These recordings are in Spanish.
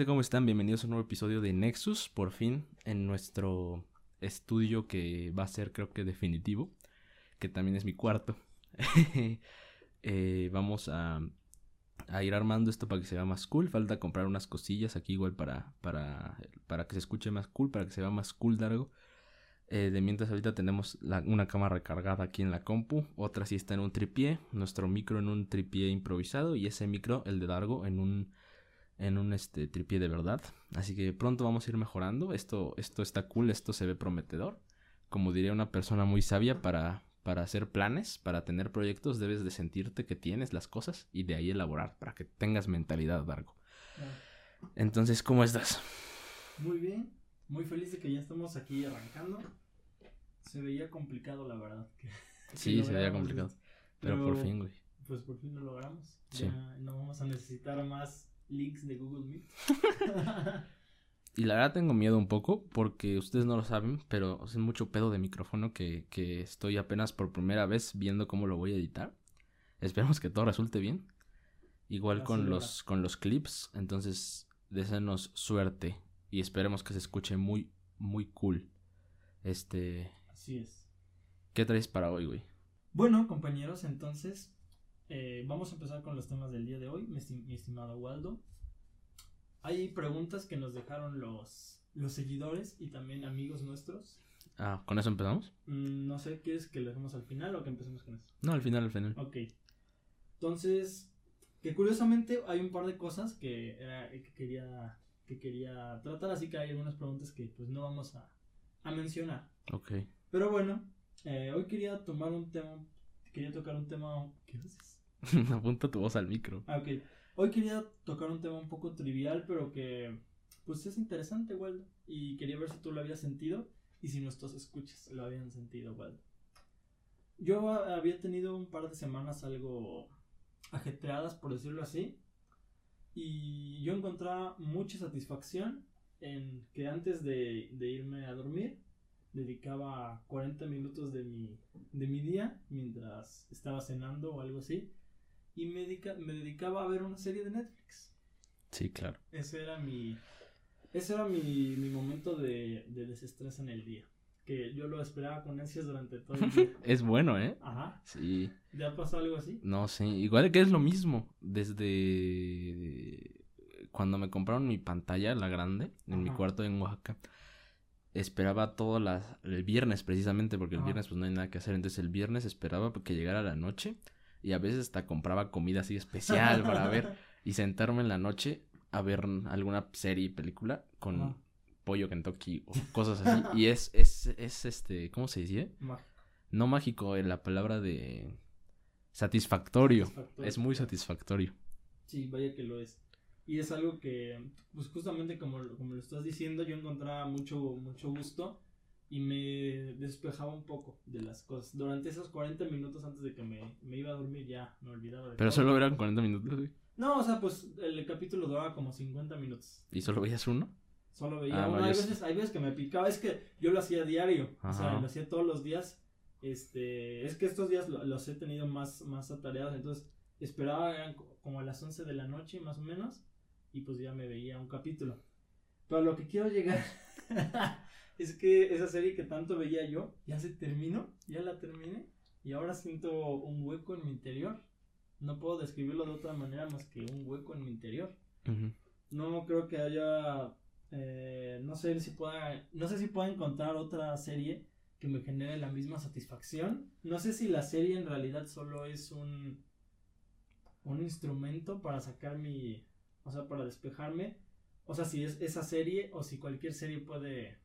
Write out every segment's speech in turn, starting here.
gente, ¿cómo están? Bienvenidos a un nuevo episodio de Nexus, por fin, en nuestro estudio que va a ser, creo que definitivo, que también es mi cuarto. Vamos a ir armando esto para que se vea más cool. Falta comprar unas cosillas aquí igual para que se escuche más cool, para que se vea más cool, Dargo. De mientras ahorita tenemos una cámara recargada aquí en la compu, otra sí está en un tripié, nuestro micro en un tripié improvisado y ese micro, el de Dargo, en un tripié de verdad. Así que pronto vamos a ir mejorando. Esto está cool, esto se ve prometedor. Como diría una persona muy sabia, para hacer planes, para tener proyectos, debes de sentirte que tienes las cosas y de ahí elaborar, para que tengas mentalidad, Dargo. Entonces, ¿cómo estás? Muy bien, muy feliz de que ya estamos aquí arrancando. Se veía complicado, la verdad. Sí, se veía complicado. Pero por fin, güey. Pues por fin lo logramos. Sí. Ya no vamos a necesitar más links de Google Meet. Y la verdad tengo miedo un poco, porque ustedes no lo saben, pero es mucho pedo de micrófono que estoy apenas por primera vez viendo cómo lo voy a editar. Esperemos que todo resulte bien. Igual con los clips, entonces deseanos suerte y esperemos que se escuche muy, muy cool. Así es. ¿Qué traes para hoy, güey? Bueno, compañeros, entonces vamos a empezar con los temas del día de hoy, mi estimado Waldo. Hay preguntas que nos dejaron los seguidores y también amigos nuestros. ¿Con eso empezamos? No sé, ¿quieres que lo dejemos al final o que empecemos con eso? No, al final. Ok. Entonces, que curiosamente hay un par de cosas que quería tratar, así que hay algunas preguntas que pues no vamos a mencionar. Ok. Pero bueno, hoy quería tocar un tema. ¿Qué haces? Apunta tu voz al micro. Ok. Hoy quería tocar un tema un poco trivial, pero que pues es interesante, Waldo. Y quería ver si tú lo habías sentido y si nuestros escuchas lo habían sentido, Waldo. Yo había tenido un par de semanas algo ajetreadas, por decirlo así, y yo encontraba mucha satisfacción en que antes de irme a dormir dedicaba 40 minutos de mi día mientras estaba cenando o algo así y me dedicaba a ver una serie de Netflix. Sí, claro. Ese era mi momento de desestrés en el día, que yo lo esperaba con ansias durante todo el día. Es bueno, ¿eh? Ajá. Sí. ¿Ya ha pasado algo así? No, sí. Igual que es lo mismo. Desde cuando me compraron mi pantalla, la grande, en mi cuarto en Oaxaca, esperaba todo el viernes precisamente, porque el viernes pues no hay nada que hacer. Entonces el viernes esperaba que llegara la noche y a veces hasta compraba comida así especial para ver y sentarme en la noche a ver alguna serie y película con pollo Kentucky o cosas así. Y es ¿cómo se dice? Mágico. No mágico, la palabra de satisfactorio. Es muy satisfactorio. Sí, vaya que lo es. Y es algo que, pues justamente como lo estás diciendo, yo encontraba mucho gusto y me despejaba un poco de las cosas. Durante esos 40 minutos antes de que me iba a dormir ya me olvidaba de Pero todo. solo eran 40 minutos, güey. No, o sea, pues el capítulo duraba como 50 minutos. ¿Y solo veías uno? Solo veía uno. Hay veces que me picaba. Es que yo lo hacía diario. Ajá. O sea, lo hacía todos los días. Es que estos días los he tenido más atareados. Entonces esperaba, eran como a las 11 de la noche más o menos. Y pues ya me veía un capítulo. Pero lo que quiero llegar es que esa serie que tanto veía yo ya se terminó. Ya la terminé. Y ahora siento un hueco en mi interior. No puedo describirlo de otra manera más que un hueco en mi interior. Uh-huh. No creo que haya... no sé si pueda encontrar otra serie que me genere la misma satisfacción. No sé si la serie en realidad solo es un instrumento para sacar o sea, para despejarme. O sea, si es esa serie o si cualquier serie puede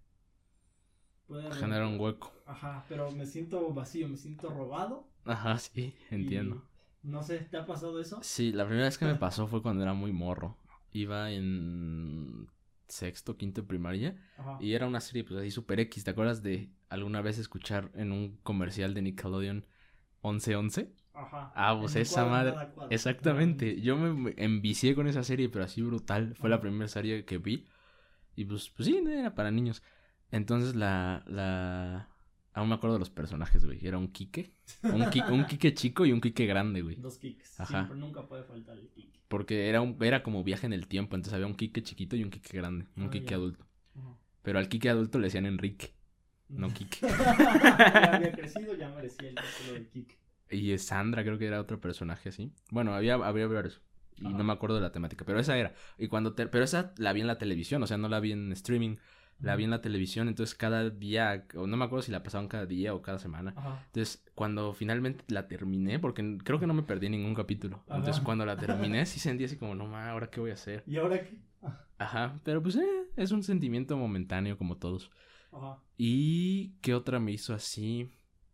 generar un hueco. Ajá, pero me siento vacío, me siento robado. Ajá, sí, entiendo. No sé, ¿te ha pasado eso? Sí, la primera vez que me pasó fue cuando era muy morro. Iba en sexto, quinto de primaria. Ajá. Y era una serie pues así super X. ¿Te acuerdas de alguna vez escuchar en un comercial de Nickelodeon 11-11? Ajá. Pues esa madre. Exactamente. Yo me envicié con esa serie, pero así brutal. Fue la primera serie que vi. Y pues sí, era para niños. Entonces Aún me acuerdo de los personajes, güey. Era un Quique. Un Quique chico y un Quique grande, güey. 2 Quiques. Ajá. Siempre, nunca puede faltar el Quique. Porque era como viaje en el tiempo. Entonces había un Quique chiquito y un Quique grande. Un Quique adulto. Pero al Quique adulto le decían Enrique. No Quique. Ya había crecido, ya merecía el título de Quique. Y Sandra creo que era otro personaje así. Bueno, había varios. Y no me acuerdo de la temática. Pero esa era. Pero esa la vi en la televisión. O sea, no la vi en streaming. La vi en la televisión, entonces cada día, o no me acuerdo si la pasaban cada día o cada semana. Ajá. Entonces, cuando finalmente la terminé, porque creo que no me perdí ningún capítulo. Ajá. Entonces, cuando la terminé, sí sentí así como, no ma, ¿ahora qué voy a hacer? ¿Y ahora qué? Ajá, pero pues es un sentimiento momentáneo como todos. Ajá. ¿Y qué otra me hizo así?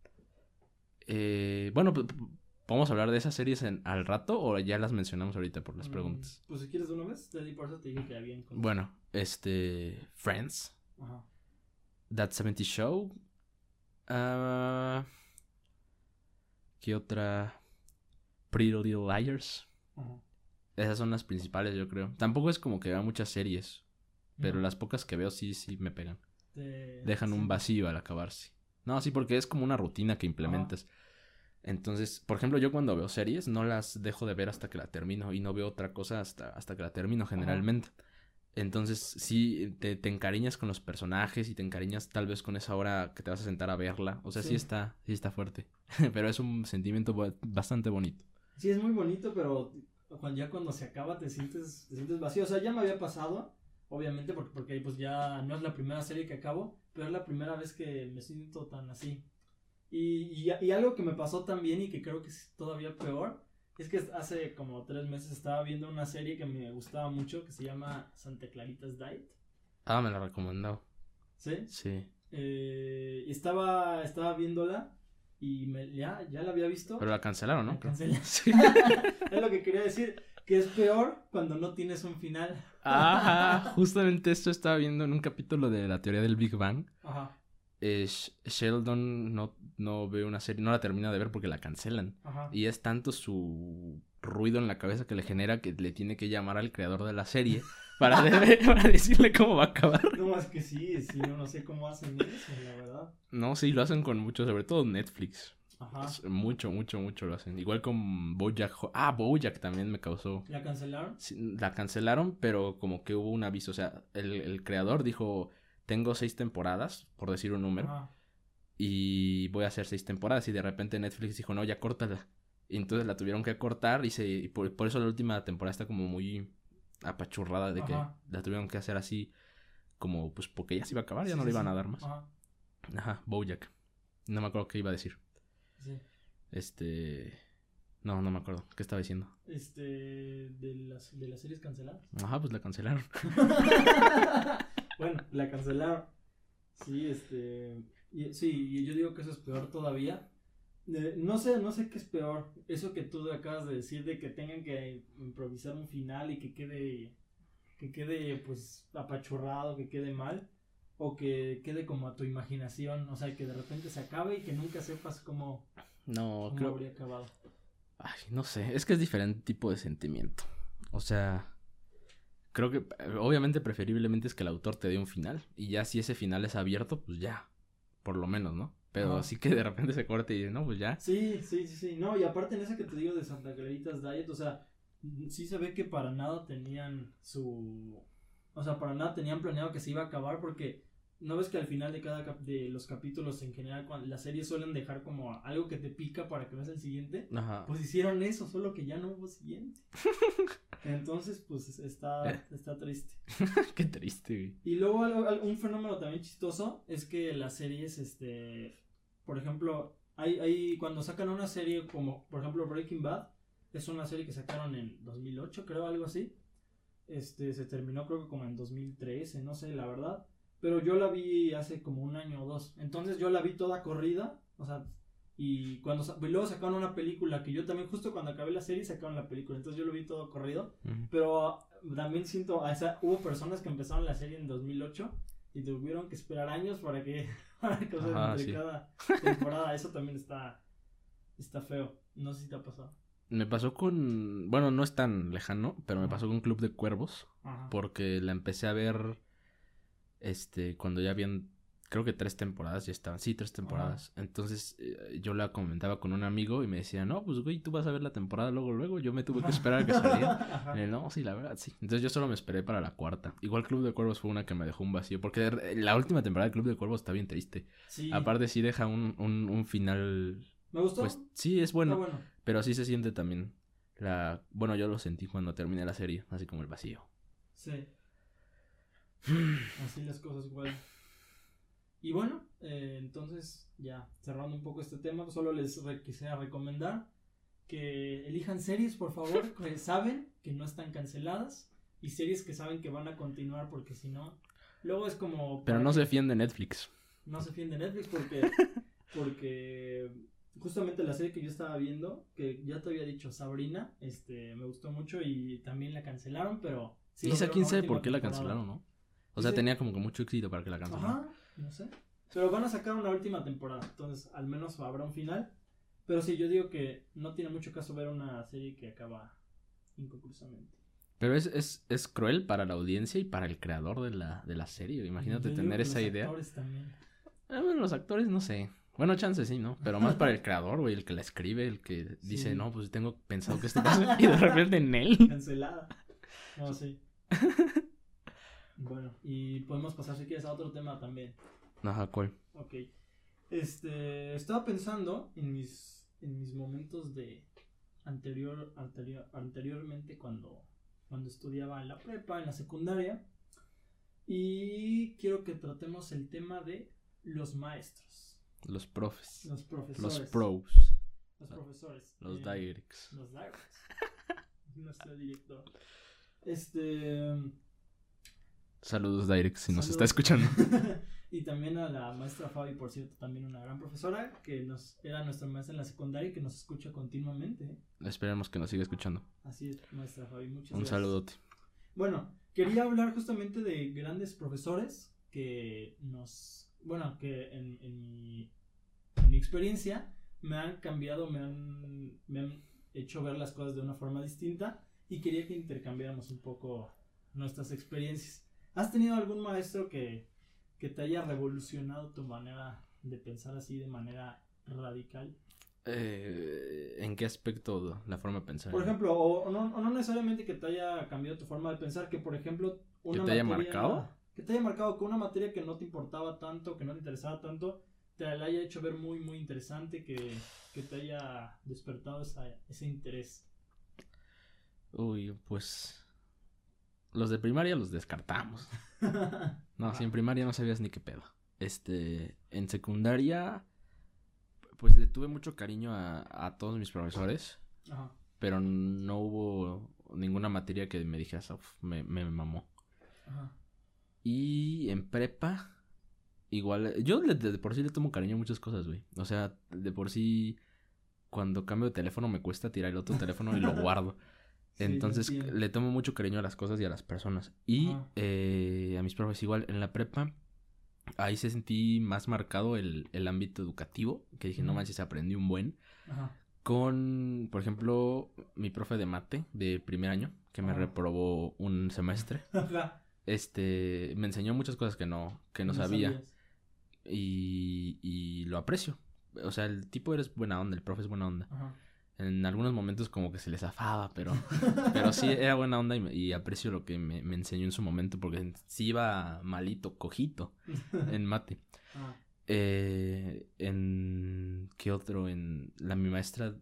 Bueno, ¿podemos hablar de esas series al rato o ya las mencionamos ahorita por las preguntas? Pues si quieres de una vez, por eso te dije que había encontrado. Bueno, Friends. Ajá. That 70 Show. ¿Qué otra? Pretty Little Liars. Ajá. Esas son las principales, yo creo. Tampoco es como que vea muchas series, pero las pocas que veo sí me pegan. Dejan un vacío al acabarse. No, sí, porque es como una rutina que implementas. Ajá. Entonces, por ejemplo, yo cuando veo series no las dejo de ver hasta que la termino y no veo otra cosa hasta que la termino generalmente. Ajá. Entonces, sí, te encariñas con los personajes y te encariñas tal vez con esa hora que te vas a sentar a verla. O sea, sí está fuerte. Pero es un sentimiento bastante bonito. Sí, es muy bonito, pero cuando se acaba te sientes vacío. O sea, ya me había pasado, obviamente, porque pues ya no es la primera serie que acabo, pero es la primera vez que me siento tan así. Y algo que me pasó también y que creo que es todavía peor, es que hace como 3 meses estaba viendo una serie que me gustaba mucho que se llama Santa Clarita's Diet. Ah, me la recomendó. ¿Sí? Sí. Estaba viéndola y ya la había visto. Pero la cancelaron, ¿no? La cancelaron. Sí. Es lo que quería decir, que es peor cuando no tienes un final. Ajá, justamente esto estaba viendo en un capítulo de la teoría del Big Bang. Ajá. Sheldon no ve una serie, no la termina de ver porque la cancelan. Ajá. Y es tanto su ruido en la cabeza que le genera que le tiene que llamar al creador de la serie para decirle cómo va a acabar. No, es que sí, no sé cómo hacen eso, la verdad. No, sí, lo hacen con mucho, sobre todo Netflix. Ajá. Mucho lo hacen. Igual con BoJack. BoJack también me causó. ¿La cancelaron? Sí, la cancelaron, pero como que hubo un aviso. O sea, el creador dijo: tengo 6 temporadas, por decir un número. Ajá. Y voy a hacer 6 temporadas. Y de repente Netflix dijo: no, ya córtala. Y entonces la tuvieron que cortar. Y por eso la última temporada está como muy apachurrada. De Ajá. que la tuvieron que hacer así. Como pues porque ya se iba a acabar. Ya no le iban a dar más. Ajá, BoJack. No me acuerdo qué iba a decir. Sí. No me acuerdo. ¿Qué estaba diciendo? De las series canceladas. Ajá, pues la cancelaron. Bueno, la cancelaron. Sí, y yo digo que eso es peor todavía. No sé qué es peor. Eso que tú acabas de decir de que tengan que improvisar un final y que quede pues apachurrado, que quede mal. O que quede como a tu imaginación. O sea, que de repente se acabe y que nunca sepas cómo habría acabado. Ay, no sé. Es que es diferente tipo de sentimiento. O sea, creo que obviamente preferiblemente es que el autor te dé un final. Y ya si ese final es abierto, pues ya. Por lo menos, ¿no? Pero así que de repente se corte y no, pues ya. Sí. No, y aparte en ese que te digo de Santa Clarita's Diet, o sea, sí se ve que para nada tenían para nada tenían planeado que se iba a acabar porque ¿no ves que al final de los capítulos en general cuando las series suelen dejar como algo que te pica para que veas el siguiente? Ajá. Pues hicieron eso, solo que ya no hubo siguiente. Entonces, pues está triste. Qué triste, güey. Y luego un fenómeno también chistoso es que las series, por ejemplo, hay cuando sacan una serie como, por ejemplo, Breaking Bad, es una serie que sacaron en 2008, creo, algo así. Se terminó creo que como en 2013, no sé, la verdad. Pero yo la vi hace como 1 año o 2. Entonces yo la vi toda corrida. O sea, y luego sacaron una película que yo también, justo cuando acabé la serie, sacaron la película. Entonces yo lo vi todo corrido. Uh-huh. Pero también siento, hubo personas que empezaron la serie en 2008 y tuvieron que esperar años para que entre cada temporada. Eso también está feo. No sé si te ha pasado. Me pasó con... Bueno, no es tan lejano, pero me pasó con Club de Cuervos. Ajá. Porque la empecé a ver... cuando ya habían creo que 3 temporadas ya estaban. Sí, 3 temporadas. Ajá. Entonces yo la comentaba con un amigo y me decía, no, pues güey, tú vas a ver la temporada luego. Yo me tuve que esperar a que saliera. No, sí, la verdad, sí. Entonces yo solo me esperé para la 4ª. Igual Club de Cuervos fue una que me dejó un vacío. Porque la última temporada de Club de Cuervos está bien triste. Sí. Aparte sí deja un final... ¿Me gustó? Pues sí, es bueno. Pero sí se siente también bueno, yo lo sentí cuando terminé la serie. Así como el vacío. Sí. Así las cosas, igual. Y bueno, entonces ya cerrando un poco este tema, solo les quisiera recomendar que elijan series, por favor, que saben que no están canceladas y series que saben que van a continuar, porque si no, luego es como... Pero no se fíen de Netflix. No se fíen de Netflix porque justamente la serie que yo estaba viendo, que ya te había dicho, Sabrina, me gustó mucho y también la cancelaron, pero... Sí, esa quién sabe por qué la cancelaron, ¿no? O sea, tenía como que mucho éxito para que la cancelaran. Ajá, no sé. Pero van a sacar una última temporada, entonces al menos habrá un final. Pero sí, yo digo que no tiene mucho caso ver una serie que acaba inconclusamente. Pero es cruel para la audiencia y para el creador de la serie. Imagínate tener esa idea. Los actores también. Bueno, los actores no sé. Bueno, chance sí, ¿no? Pero más para el creador, güey, el que la escribe, el que dice, no, pues tengo pensado que esto pase y de repente en él. Cancelada. No, sí. Bueno, y podemos pasar si quieres a otro tema también. Ajá, ¿cuál? Ok. Estaba pensando en mis momentos de anteriormente cuando estudiaba en la prepa, en la secundaria. Y quiero que tratemos el tema de los maestros. Los profes. Los profesores. Los pros. Los profesores. Los directs. Los directs. Nuestro director. Saludos, Direct, si nos está escuchando. Y también a la maestra Fabi, por cierto, también una gran profesora que era nuestra maestra en la secundaria y que nos escucha continuamente. Esperemos que nos siga escuchando. Así es, maestra Fabi, muchas gracias. Un saludote. Bueno, quería hablar justamente de grandes profesores que que en mi experiencia me han cambiado, me han hecho ver las cosas de una forma distinta y quería que intercambiáramos un poco nuestras experiencias. ¿Has tenido algún maestro que te haya revolucionado tu manera de pensar así de manera radical? ¿En qué aspecto la forma de pensar? Por ejemplo, o no necesariamente que te haya cambiado tu forma de pensar, que por ejemplo ¿Que te haya marcado? Que te haya marcado con una materia que no te importaba tanto, que no te interesaba tanto, te la haya hecho ver muy muy interesante, que te haya despertado ese interés. Uy, pues... Los de primaria los descartamos. No, si en primaria no sabías ni qué pedo. En secundaria, pues le tuve mucho cariño a todos mis profesores. Ajá. Pero no hubo ninguna materia que me dijeras, me mamó. Ajá. Y en prepa, igual, yo de por sí le tomo cariño a muchas cosas, güey. O sea, de por sí, cuando cambio de teléfono me cuesta tirar el otro teléfono y lo guardo. Sí, entonces le tomo mucho cariño a las cosas y a las personas. Y a mis profes igual. En la prepa, ahí se sentí más marcado el ámbito educativo. Que dije, no manches, aprendí un buen. Ajá. Con, por ejemplo, mi profe de mate de primer año. Que me reprobó un semestre. Me enseñó muchas cosas que no sabía. Y lo aprecio. O sea, el tipo eres buena onda, el profe es buena onda. Ajá. En algunos momentos como que se les zafaba, pero sí era buena onda y aprecio lo que me enseñó en su momento, porque sí iba malito, cojito en mate. En ¿qué otro? Mi maestra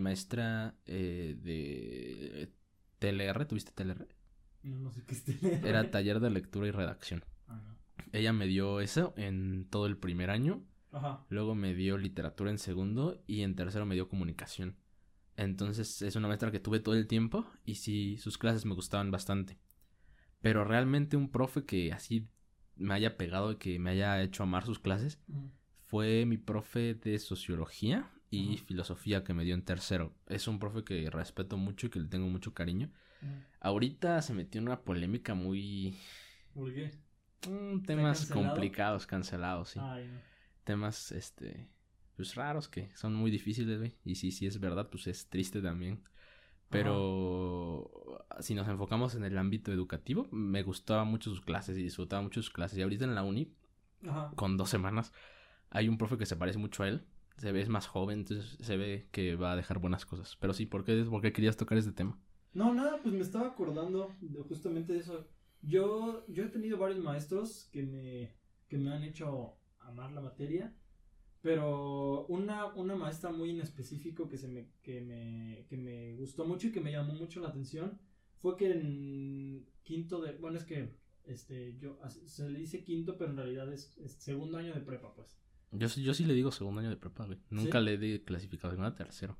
de TLR, ¿tuviste TLR? No sé qué es TLR. Era taller de lectura y redacción. No. Ella me dio eso en todo el primer año. Ajá. Luego me dio literatura en segundo y en tercero me dio comunicación. Entonces es una maestra que tuve todo el tiempo y sí, sus clases me gustaban bastante. Pero realmente un profe que así me haya pegado y que me haya hecho amar sus clases fue mi profe de sociología y filosofía que me dio en tercero. Es un profe que respeto mucho y que le tengo mucho cariño. Ahorita se metió en una polémica muy... ¿Por qué? Temas complicados, cancelados, sí. Ay, no. Temas, pues raros que son muy difíciles, güey. Y sí es verdad, pues es triste también. Pero si nos enfocamos en el ámbito educativo, me gustaban mucho sus clases y disfrutaba mucho sus clases. Y ahorita en la uni, Ajá. con 2 semanas. Hay un profe que se parece mucho a él. Se ve, es más joven, entonces se ve que va a dejar buenas cosas. Pero sí, ¿por qué querías tocar este tema? No, nada, pues me estaba acordando justamente de eso. Yo he tenido varios maestros que me han hecho amar la materia, pero una maestra muy en específico que me gustó mucho y que me llamó mucho la atención fue que en quinto de, bueno, es que se le dice quinto, pero en realidad es segundo año de prepa, pues. Yo sí le digo segundo año de prepa, güey. Nunca ¿Sí? le he de clasificación a tercero.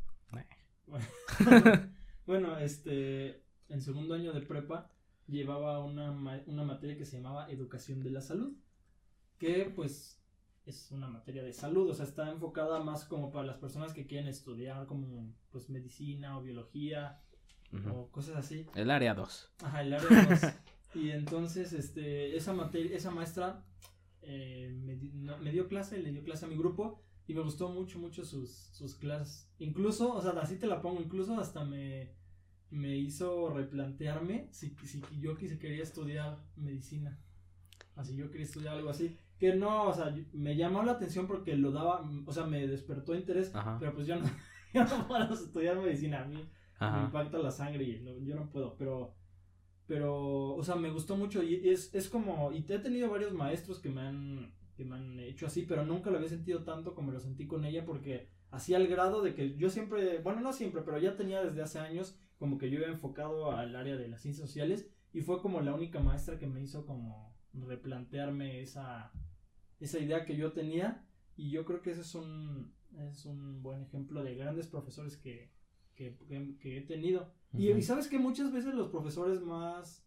Bueno, en segundo año de prepa llevaba una materia que se llamaba Educación de la Salud, que pues es una materia de salud, o sea, está enfocada más como para las personas que quieren estudiar como pues medicina o biología o cosas así. El área 2. Ajá, el área 2. Y entonces, esa maestra me dio clase, le dio clase a mi grupo y me gustó mucho sus clases. Incluso, o sea, así te la pongo, incluso hasta me hizo replantearme si yo quería estudiar medicina. Así yo quería estudiar algo así. Que no, o sea, me llamó la atención porque lo daba, o sea, me despertó interés, pero pues yo no puedo estudiar medicina. A mí me impacta la sangre y yo no puedo, pero, o sea, me gustó mucho y es como, y he tenido varios maestros que me han hecho así, pero nunca lo había sentido tanto como lo sentí con ella porque hacía el grado de que yo siempre, bueno, no siempre, pero ya tenía desde hace años como que yo iba enfocado al área de las ciencias sociales y fue como la única maestra que me hizo como replantearme esa idea que yo tenía y yo creo que ese es un buen ejemplo de grandes profesores que he tenido. Y sabes que muchas veces los profesores más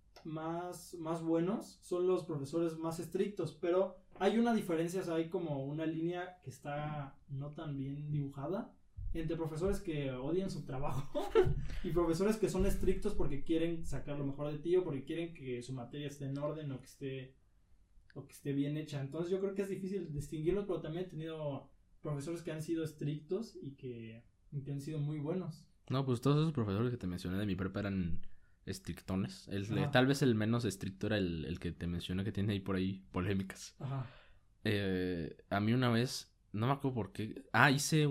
buenos son los profesores más estrictos, pero hay una diferencia, o sea, hay como una línea que está no tan bien dibujada entre profesores que odian su trabajo y profesores que son estrictos porque quieren sacar lo mejor de ti o porque quieren que su materia esté en orden o que esté bien hecha. Entonces yo creo que es difícil distinguirlos, pero también he tenido profesores que han sido estrictos y que han sido muy buenos. No, pues todos esos profesores que te mencioné de mi prepa eran estrictones. Tal vez el menos estricto era el que te mencioné que tiene ahí por ahí polémicas. Ajá. A mí una vez, no me acuerdo por qué. Hice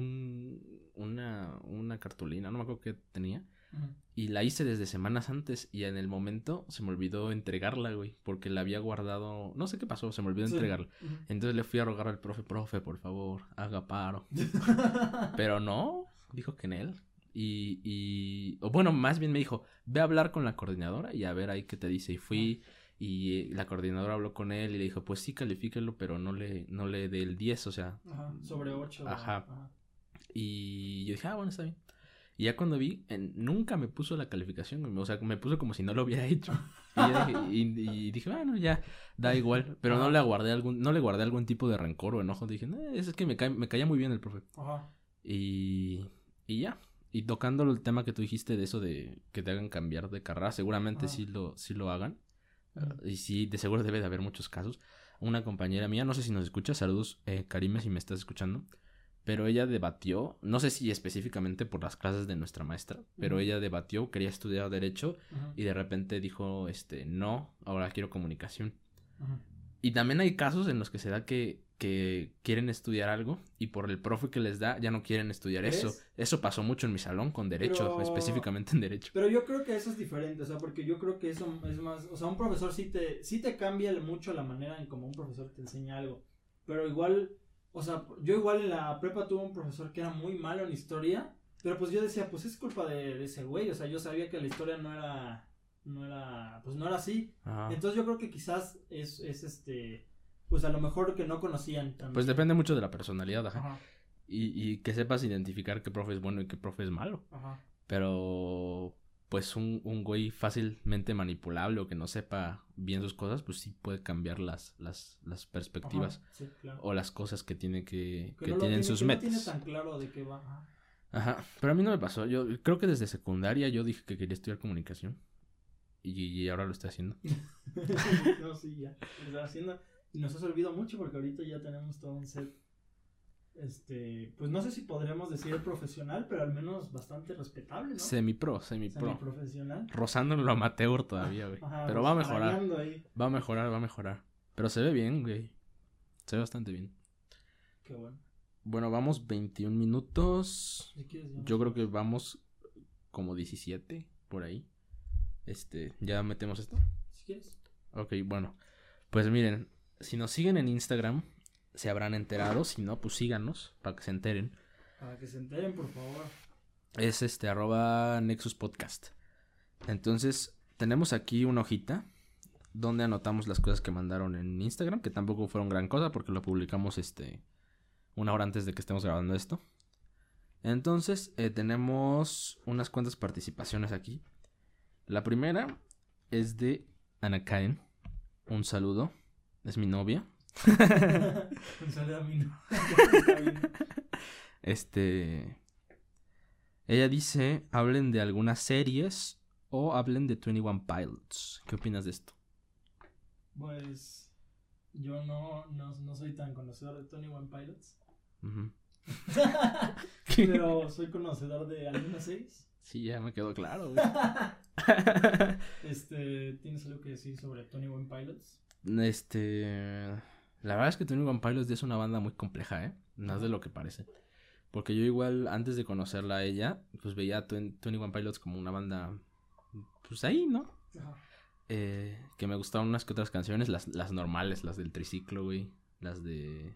una cartulina, no me acuerdo qué tenía. Y la hice desde semanas antes y en el momento se me olvidó entregarla, güey, porque la había guardado, no sé qué pasó, se me olvidó entregarla. Entonces le fui a rogar al profe, por favor, haga paro. Pero no, dijo que en él. O bueno, más bien me dijo, ve a hablar con la coordinadora y a ver ahí qué te dice. Y fui y la coordinadora habló con él y le dijo, pues sí, califíquelo, pero no le dé el 10, o sea. Sobre 8. Ajá. Y yo dije, bueno, está bien. Y ya cuando vi, nunca me puso la calificación, o sea, me puso como si no lo hubiera hecho. Y dije, bueno, ya, da igual. Pero no le guardé algún tipo de rencor o enojo. Dije, es que me caía muy bien el profe. Ajá. Y ya. Y tocando el tema que tú dijiste de eso de que te hagan cambiar de carrera, seguramente sí lo hagan. Y sí, de seguro debe de haber muchos casos. Una compañera mía, no sé si nos escucha, saludos, Karime, si me estás escuchando. Pero ella debatió, no sé si específicamente por las clases de nuestra maestra, pero ella debatió, quería estudiar Derecho y de repente dijo, no, ahora quiero comunicación. Y también hay casos en los que se da que quieren estudiar algo y por el profe que les da ya no quieren estudiar eso. Eso pasó mucho en mi salón con Derecho, específicamente en Derecho. Pero yo creo que eso es diferente, o sea, porque yo creo que eso es más, o sea, un profesor sí te cambia mucho la manera en cómo un profesor te enseña algo, pero igual, o sea, yo igual en la prepa tuve un profesor que era muy malo en historia, pero pues yo decía, pues es culpa de ese güey, o sea, yo sabía que la historia no era así. Entonces yo creo que quizás es pues a lo mejor que no conocían también. Pues depende mucho de la personalidad, ajá. Y que sepas identificar qué profe es bueno y qué profe es malo. Pero pues un güey fácilmente manipulable o que no sepa bien sus cosas, pues sí puede cambiar las perspectivas. Sí, claro. O las cosas que tiene que no tienen sus metas. No tiene tan claro de qué va. Ajá, pero a mí no me pasó. Yo creo que desde secundaria yo dije que quería estudiar comunicación. Y ahora lo estoy haciendo. No, sí, ya. Lo estoy haciendo. Y nos ha servido mucho porque ahorita ya tenemos todo un set. Pues no sé si podremos decir profesional, pero al menos bastante respetable, ¿no? Semi-pro. Semi-profesional. Rozando en lo amateur todavía, güey. Pero va a mejorar. Va a mejorar. Pero se ve bien, güey. Se ve bastante bien. Qué bueno. Bueno, vamos 21 minutos. Yo creo que vamos como 17 por ahí. ¿Ya metemos esto? Si quieres. Ok, bueno. Pues miren, si nos siguen en Instagram, se habrán enterado. Si no, pues síganos para que se enteren. Para que se enteren, por favor. Es @Nexus Podcast. Entonces, tenemos aquí una hojita donde anotamos las cosas que mandaron en Instagram, que tampoco fueron gran cosa porque lo publicamos una hora antes de que estemos grabando esto. Entonces, tenemos unas cuantas participaciones aquí. La primera es de Ana Karen. Un saludo. Es mi novia. Un saludo a mi novia. Ella dice, hablen de algunas series o hablen de 21 Pilots. ¿Qué opinas de esto? Pues yo no soy tan conocedor de 21 Pilots. Uh-huh. Pero soy conocedor de algunas series. Sí, ya me quedó claro, güey. ¿Tienes algo que decir sobre 21 Pilots? La verdad es que 21 Pilots es una banda muy compleja, ¿eh? No es de lo que parece. Porque yo igual, antes de conocerla a ella, pues veía a 21 Pilots como una banda, pues ahí, ¿no? Ajá. Que me gustaban unas que otras canciones, las normales, las del triciclo, güey. Las de...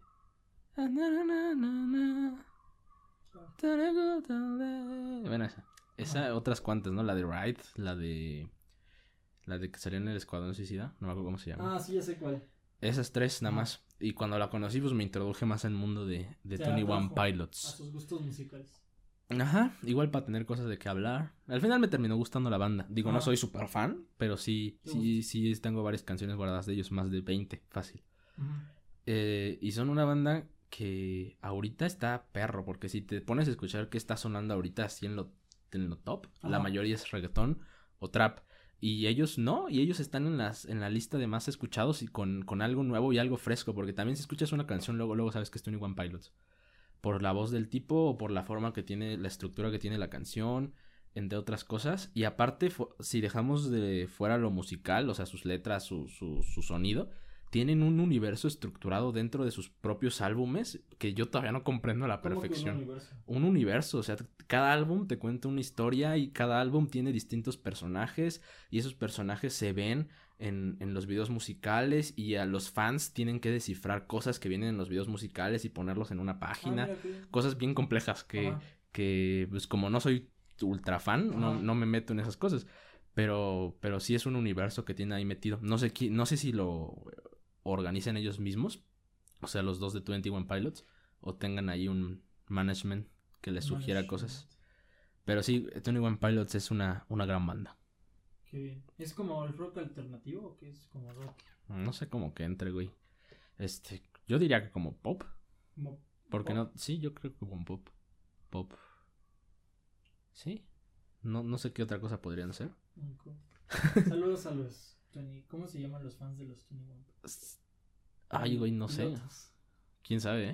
Bueno, esa otras cuantas, ¿no? La de Ride, la de que salió en el Escuadrón Suicida, no me acuerdo cómo se llama. Ah, sí, ya sé cuál. Esas tres nada más. Y cuando la conocí, pues me introduje más al mundo de 21 Pilots. A sus gustos musicales. Ajá, igual para tener cosas de qué hablar. Al final me terminó gustando la banda. Digo, no soy súper fan, pero sí tengo varias canciones guardadas de ellos, más de 20, fácil. Uh-huh. Y son una banda que ahorita está perro, porque si te pones a escuchar qué está sonando ahorita así en lo top, la mayoría es reggaetón o trap. Y ellos no, y ellos están en la lista de más escuchados y con algo nuevo y algo fresco, porque también si escuchas una canción luego sabes que es 21 Pilots. Por la voz del tipo o por la forma que tiene, la estructura que tiene la canción, entre otras cosas. Y aparte, si dejamos de fuera lo musical, o sea, sus letras, su sonido, tienen un universo estructurado dentro de sus propios álbumes que yo todavía no comprendo a la perfección. Un universo, o sea, cada álbum te cuenta una historia y cada álbum tiene distintos personajes y esos personajes se ven en los videos musicales y a los fans tienen que descifrar cosas que vienen en los videos musicales y ponerlos en una página, cosas bien complejas que pues como no soy ultra fan, no me meto en esas cosas, pero sí es un universo que tiene ahí metido. No sé si lo organizan ellos mismos, o sea, los dos de 21 Pilots, o tengan ahí un management que les sugiera cosas. Pero sí, 21 Pilots es una gran banda. Qué bien. ¿Es como el rock alternativo o qué es como rock? No sé cómo que entre, güey. Yo diría que como pop. ¿Por qué no? Sí, yo creo que como pop. Pop. ¿Sí? No sé qué otra cosa podrían ser. Okay. Saludos a los... ¿Cómo se llaman los fans de los 21? Ay, güey, no sé. ¿Quién sabe,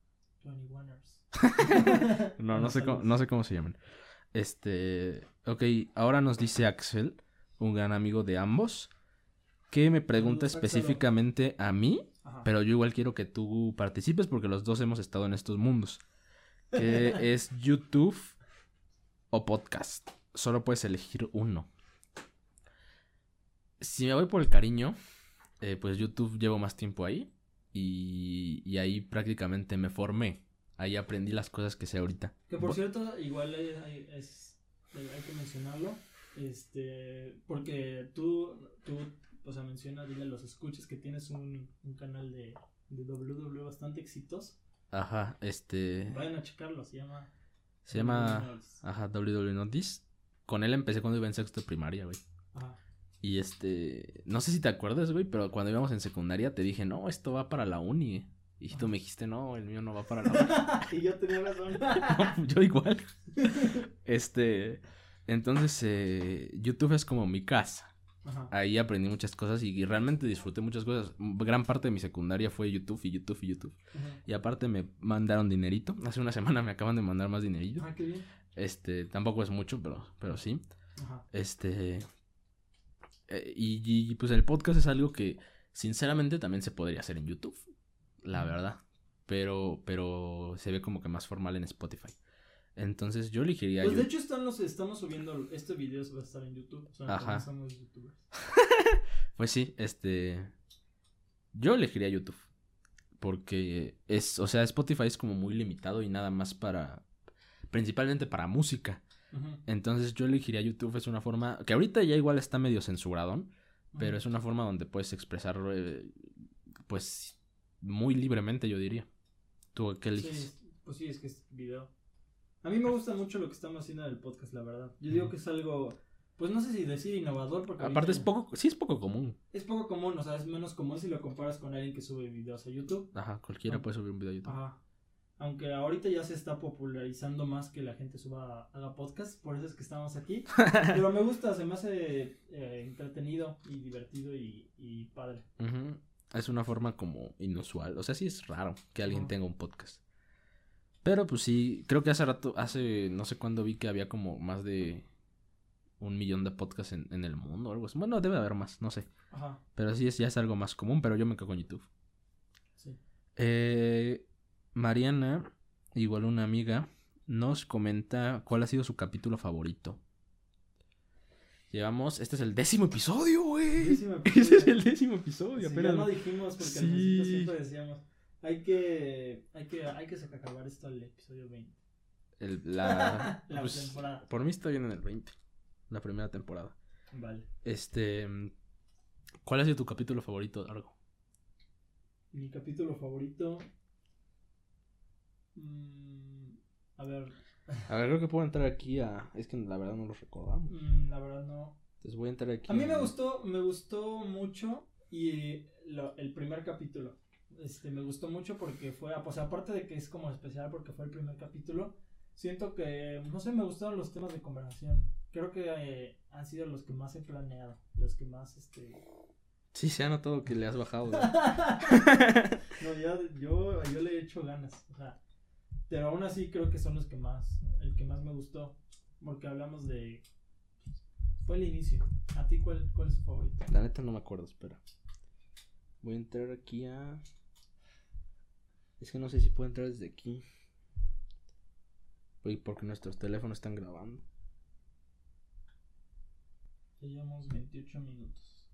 21ers. No sé cómo se llaman. Ok, ahora nos dice Axel, un gran amigo de ambos, que me pregunta específicamente a mí, pero yo igual quiero que tú participes porque los dos hemos estado en estos mundos. Que es YouTube o podcast. Solo puedes elegir uno. Si me voy por el cariño, pues YouTube llevo más tiempo ahí y ahí prácticamente me formé. Ahí aprendí las cosas que sé ahorita. Que por cierto, igual hay que mencionarlo, porque tú, o sea, dile a los escuchas que tienes un canal de WWE bastante exitoso. Ajá, Vayan a checarlo, se llama WWE Notice. Con él empecé cuando iba en sexto de primaria, güey. Ajá. Y no sé si te acuerdas, güey, pero cuando íbamos en secundaria te dije, no, esto va para la uni. Y tú me dijiste, no, el mío no va para la uni. Y yo tenía razón. No, yo igual. Entonces, YouTube es como mi casa. Ajá. Ahí aprendí muchas cosas y realmente disfruté muchas cosas. Gran parte de mi secundaria fue YouTube y YouTube y YouTube. Ajá. Y aparte me mandaron dinerito. Hace una semana me acaban de mandar más dinerito. Ah, qué bien. Tampoco es mucho, pero sí. Ajá. Y pues el podcast es algo que sinceramente también se podría hacer en YouTube. la verdad. Pero se ve como que más formal en Spotify. Entonces yo elegiría pues de hecho estamos subiendo, este video va a estar en YouTube, o sea, ajá. somos youtubers. Pues sí, yo elegiría YouTube. Porque o sea, Spotify es como muy limitado y nada más principalmente para música. Uh-huh. Entonces yo elegiría YouTube, es una forma, que ahorita ya igual está medio censuradón, uh-huh. Pero es una forma donde puedes expresar, pues, muy libremente, yo diría. ¿Tú qué eliges? Sí, pues sí, es que es video. A mí me gusta mucho lo que estamos haciendo en el podcast, la verdad. Yo digo que es algo, pues no sé si decir innovador, porque aparte es poco común. Es poco común, o sea, es menos común si lo comparas con alguien que sube videos a YouTube. Ajá, cualquiera puede subir un video a YouTube. Ajá. Aunque ahorita ya se está popularizando más que la gente haga podcast, por eso es que estamos aquí. Pero me gusta, se me hace entretenido y divertido y padre. Uh-huh. Es una forma como inusual, o sea, sí es raro que alguien tenga un podcast. Pero pues sí, creo que hace no sé cuándo vi que había como más de 1 millón de podcasts en el mundo o algo así. Bueno, debe haber más, no sé. Ajá. Pero sí ya es algo más común, pero yo me quedo con YouTube. Sí. Mariana, igual una amiga, nos comenta cuál ha sido su capítulo favorito. Este es el 10º episodio, güey. Este es el 10º episodio. Sí, ya no dijimos porque al principio siempre decíamos, hay que acabar esto al episodio 20. La pues, temporada. Por mí está bien en el 20, la primera temporada. Vale. ¿Cuál ha sido tu capítulo favorito, Dargo? Mi capítulo favorito... A ver, creo que puedo entrar aquí es que la verdad no los recordamos. La verdad no. Entonces voy a entrar aquí. A mí me gustó mucho y el primer capítulo. Me gustó mucho porque fue, pues aparte de que es como especial porque fue el primer capítulo, siento que, no sé, me gustaron los temas de conversación. Creo que han sido los que más he planeado, los que más, Sí, se ha notado que le has bajado. No, yo le he hecho ganas, o sea, pero aún así creo que son el que más me gustó, porque hablamos de, fue el inicio. ¿A ti cuál es tu favorito? La neta no me acuerdo, espera. Voy a entrar aquí es que no sé si puedo entrar desde aquí. Porque nuestros teléfonos están grabando. Ya llevamos 28 minutos.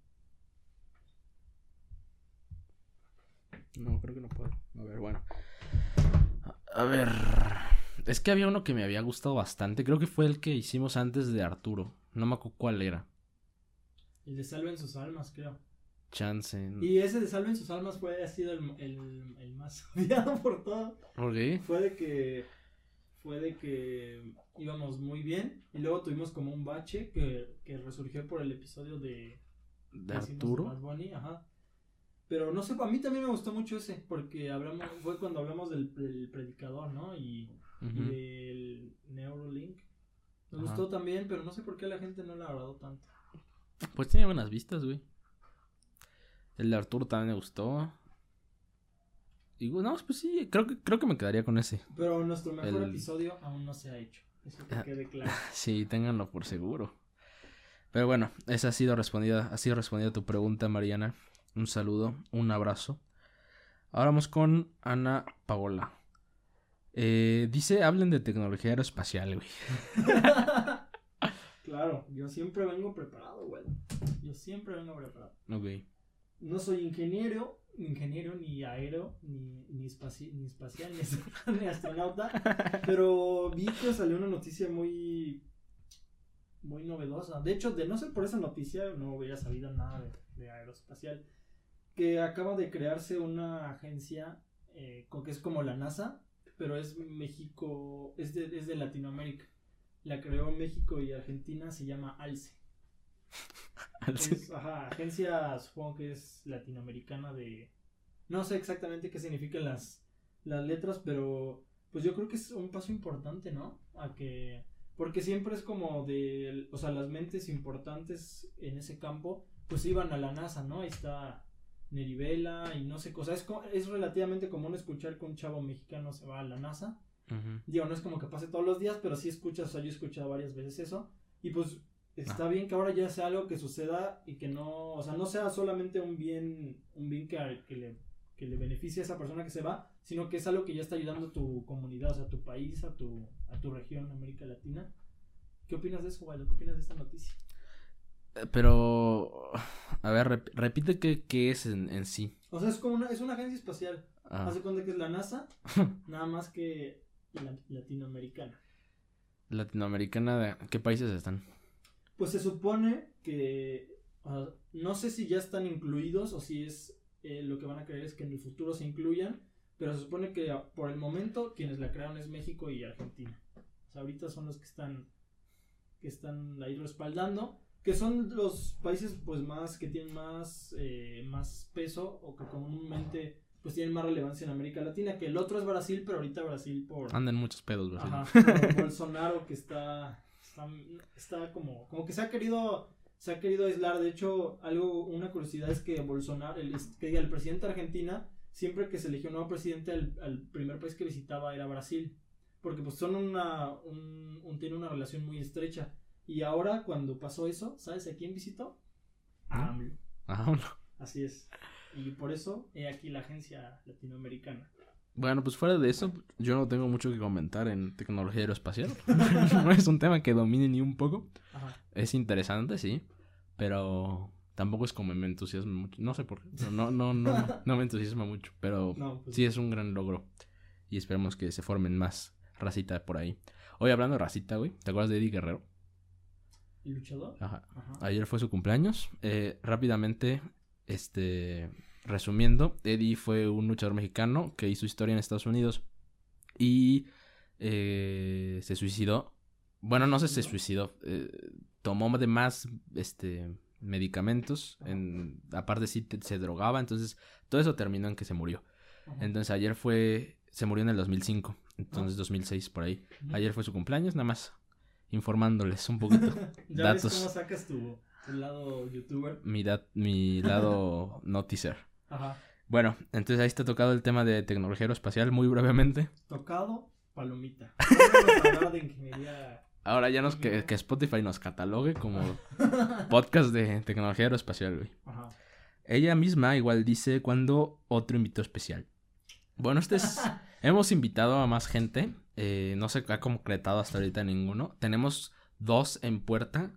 No, creo que no puedo. A ver, bueno. A ver. Es que había uno que me había gustado bastante. Creo que fue el que hicimos antes de Arturo. No me acuerdo cuál era. El de Salven sus almas, creo. Chance. Y ese de Salven sus almas ha sido el más odiado por todos. ¿Por qué? Fue de que íbamos muy bien y luego tuvimos como un bache que resurgió por el episodio de Arturo. De Bad Bunny, ajá. Pero no sé, a mí también me gustó mucho ese porque fue cuando hablamos del predicador, ¿no? Y del Neuralink. Me gustó también, pero no sé por qué a la gente no le agradó tanto. Pues tiene buenas vistas, güey. El de Arturo también me gustó. Y no, pues sí, creo que me quedaría con ese. Pero nuestro mejor episodio aún no se ha hecho. Eso que quede claro. Sí, ténganlo por seguro. Pero bueno, esa ha sido respondida tu pregunta, Mariana. Un saludo, un abrazo. Ahora vamos con Ana Paola. Dice, hablen de tecnología aeroespacial, güey. Claro, yo siempre vengo preparado, güey. Ok. No soy ingeniero ni aero, ni espacial, ni astronauta. Pero vi que salió una noticia muy novedosa. De hecho, de no ser por esa noticia, no hubiera sabido nada de aeroespacial. Que acaba de crearse una agencia que es como la NASA, pero es México, es de Latinoamérica. La creó México y Argentina, se llama ALCE. Agencia, supongo que es latinoamericana de... No sé exactamente qué significan las letras, pero pues yo creo que es un paso importante, ¿no? Porque siempre es como o sea, las mentes importantes en ese campo, pues iban a la NASA, ¿no? Ahí está Neri Vela y no sé, o sea, es relativamente común escuchar que un chavo mexicano se va a la NASA. Digo, no es como que pase todos los días, pero sí escuchas, o sea, yo he escuchado varias veces eso, y pues está bien que ahora ya sea algo que suceda y que no, o sea, no sea solamente un bien que le beneficie a esa persona que se va, sino que es algo que ya está ayudando a tu comunidad, o sea, a tu país, a tu región, América Latina. ¿Qué opinas de eso, Waldo? ¿Qué opinas de esta noticia? Pero, a ver, repite qué es en sí. O sea, es una agencia espacial. Hace cuenta que es la NASA, nada más que latinoamericana. ¿Latinoamericana? ¿Qué países están? Pues se supone que no sé si ya están incluidos o si es lo que van a creer es que en el futuro se incluyan, pero se supone que por el momento quienes la crearon es México y Argentina. O sea, ahorita son los que están ahí respaldando, que son los países pues más que tienen más peso o que comúnmente pues tienen más relevancia en América Latina, que el otro es Brasil, pero ahorita Brasil andan muchos pedos Brasil. Ajá, por Bolsonaro, que está como que se ha querido aislar. De hecho, una curiosidad es que Bolsonaro, el presidente de Argentina, siempre que se eligió un nuevo presidente, el primer país que visitaba era Brasil, porque pues son tienen una relación muy estrecha. Y ahora cuando pasó eso, ¿sabes a quién visitó? A AMLO. Así es. Y por eso he aquí la agencia latinoamericana. Bueno, pues fuera de eso, yo no tengo mucho que comentar en tecnología aeroespacial. No es un tema que domine ni un poco. Ajá. Es interesante, sí, pero tampoco es como me entusiasma mucho. No sé por qué. No me entusiasma mucho, pero pues sí es un gran logro. Y esperemos que se formen más racita por ahí. Hoy hablando de racita, güey, ¿te acuerdas de Eddie Guerrero? ¿El luchador? Ajá. Ayer fue su cumpleaños. Rápidamente, resumiendo, Eddie fue un luchador mexicano que hizo historia en Estados Unidos y se suicidó. Bueno, no sé si se suicidó. Tomó de más medicamentos. Aparte sí se drogaba. Entonces todo eso terminó en que se murió. Entonces ayer se murió en el 2005. Entonces 2006 por ahí. Ayer fue su cumpleaños, nada más informándoles un poquito. ¿Ya datos. ¿Ves cómo sacas tu lado youtuber? Mi lado noticer. Ajá. Bueno, entonces ahí está tocado el tema de tecnología aeroespacial muy brevemente. Tocado, palomita. Vamos a hablar de ingeniería. Ahora ya que Spotify nos catalogue como podcast de tecnología aeroespacial, güey. Ajá. Ella misma igual dice cuando otro invitado especial. Bueno, hemos invitado a más gente. No se ha concretado hasta ahorita ninguno. Tenemos 2 en puerta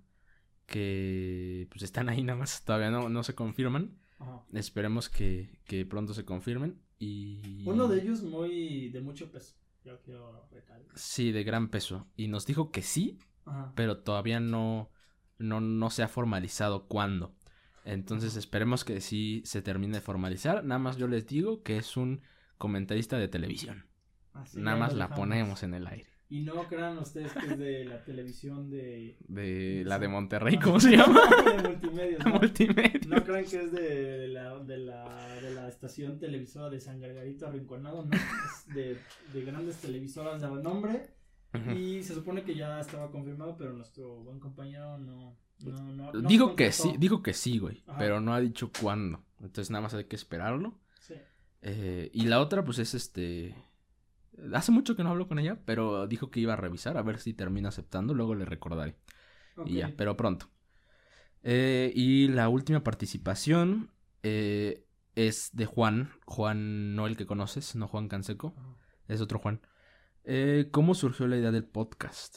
que pues están ahí nada más. Todavía no se confirman. Ajá. Esperemos que pronto se confirmen. Y uno de ellos de mucho peso. Yo quiero recalcar. Sí, de gran peso. Y nos dijo que sí, ajá, pero todavía no se ha formalizado cuándo. Entonces esperemos que sí se termine de formalizar. Nada más yo les digo que es un comentarista de televisión. Así nada más la ponemos en el aire. Y no crean ustedes que es de la televisión de la de Monterrey, ¿cómo se llama? De multimedios, ¿no? Multimedios. No crean que es de la estación televisora de San Gargarito Arrinconado, no, es de grandes televisoras de renombre. Uh-huh. Y se supone que ya estaba confirmado, pero nuestro buen compañero no dijo que sí, güey, ajá, pero no ha dicho cuándo. Entonces nada más hay que esperarlo. Sí. Y la otra pues es hace mucho que no hablo con ella, pero dijo que iba a revisar a ver si termina aceptando, luego le recordaré. Okay. Y ya, pero pronto. Y la última participación es de Juan, no el que conoces, no Juan Canseco, es otro Juan. ¿Cómo surgió la idea del podcast?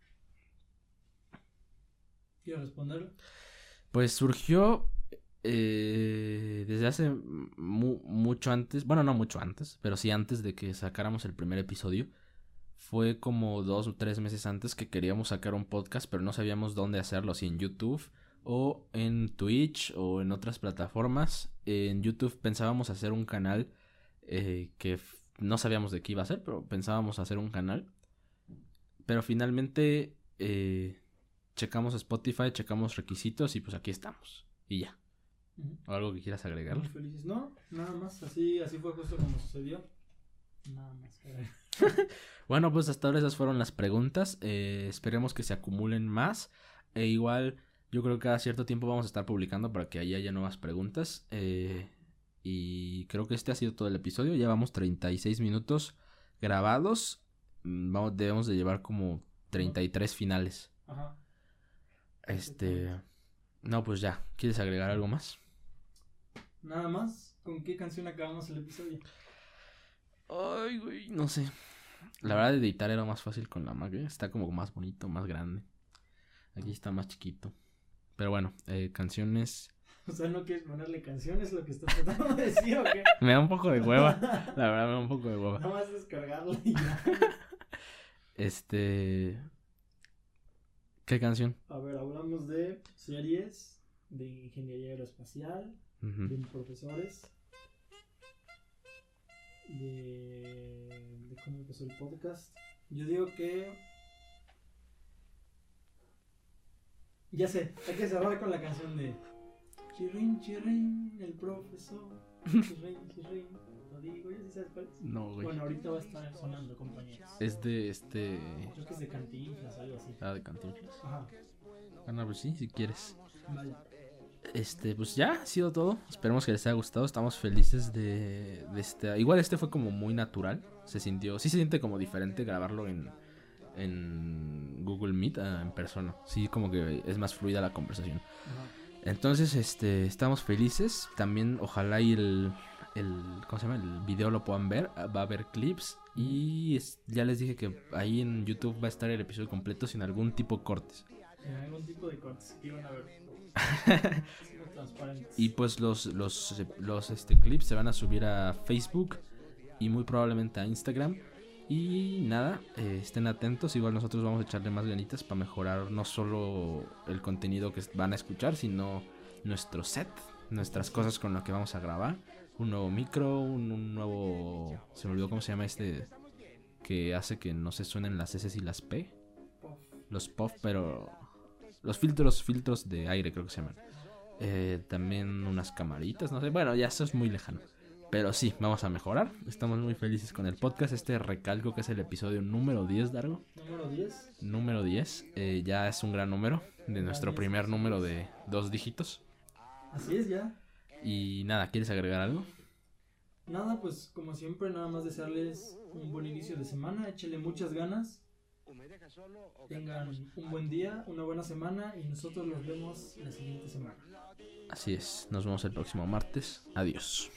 ¿Quieres responder? Pues surgió desde hace mucho antes, bueno, no mucho antes, pero sí antes de que sacáramos el primer episodio. Fue como 2 o 3 meses antes que queríamos sacar un podcast, pero no sabíamos dónde hacerlo, si en YouTube o en Twitch o en otras plataformas. En YouTube pensábamos hacer un canal que no sabíamos de qué iba a ser, pero pensábamos hacer un canal. Pero finalmente checamos Spotify, checamos requisitos y pues aquí estamos. Y ya. ¿O algo que quieras agregar? Muy felices. No, nada más. Así fue justo como sucedió. Nada más. Bueno, pues hasta ahora esas fueron las preguntas. Esperemos que se acumulen más. Igual, yo creo que cada cierto tiempo vamos a estar publicando para que ahí haya nuevas preguntas. Y creo que este ha sido todo el episodio. Llevamos 36 minutos grabados. Debemos de llevar como 33 finales. Ajá. No, pues ya. ¿Quieres agregar algo más? Nada más. ¿Con qué canción acabamos el episodio? Ay, güey, no sé. La verdad, de editar era más fácil con la Mac, ¿eh? Está como más bonito, más grande. Aquí está más chiquito. Pero bueno, canciones. O sea, ¿no quieres ponerle canciones lo que estás tratando de decir o qué? Me da un poco de hueva. La verdad, me da un poco de hueva. Nada más descargarla y ya. ¿Qué canción? A ver, hablamos de series, de ingeniería aeroespacial, de profesores, de cómo empezó el podcast. Yo digo que... Ya sé, hay que cerrar con la canción de Chirrin, chirrin, el profesor. Chirrin, chirrin. Lo digo, ¿ya sí sabes cuál es? No, güey. Bueno, ahorita va a estar sonando, compañeros. Es de Creo que es de Cantinflas, algo así. Ah, de Cantinflas. Ajá. Bueno, pues sí, si quieres. Vale. Pues ya ha sido todo. Esperemos que les haya gustado. Estamos felices de este. Igual este fue como muy natural. Sí se siente como diferente grabarlo en Google Meet en persona. Sí, como que es más fluida la conversación. Ajá. Entonces, estamos felices. También ojalá y el ¿cómo se llama? El video lo puedan ver. Va a haber clips. Y ya les dije que ahí en YouTube va a estar el episodio completo sin algún tipo de cortes. Sin algún tipo de cortes que iban a ver. Y pues los clips se van a subir a Facebook y muy probablemente a Instagram. Y nada, estén atentos. Igual nosotros vamos a echarle más ganitas para mejorar no solo el contenido que van a escuchar, sino nuestro set, nuestras cosas con lo que vamos a grabar. Un nuevo micro, un nuevo... Se me olvidó cómo se llama que hace que no se suenen las S y las P. Los puff, pero... Los filtros de aire creo que se llaman. También unas camaritas, no sé. Bueno, ya eso es muy lejano. Pero sí, vamos a mejorar. Estamos muy felices con el podcast. Recalco que es el episodio número 10, Dargo. ¿Número 10? Número 10. Ya es un gran número. De nuestro primer número de 2 dígitos. Así es, ya. Y nada, ¿quieres agregar algo? Nada, pues como siempre, nada más desearles un buen inicio de semana. Échenle muchas ganas. Tengan un buen día, una buena semana y nosotros los vemos la siguiente semana. Así es, nos vemos el próximo martes. Adiós.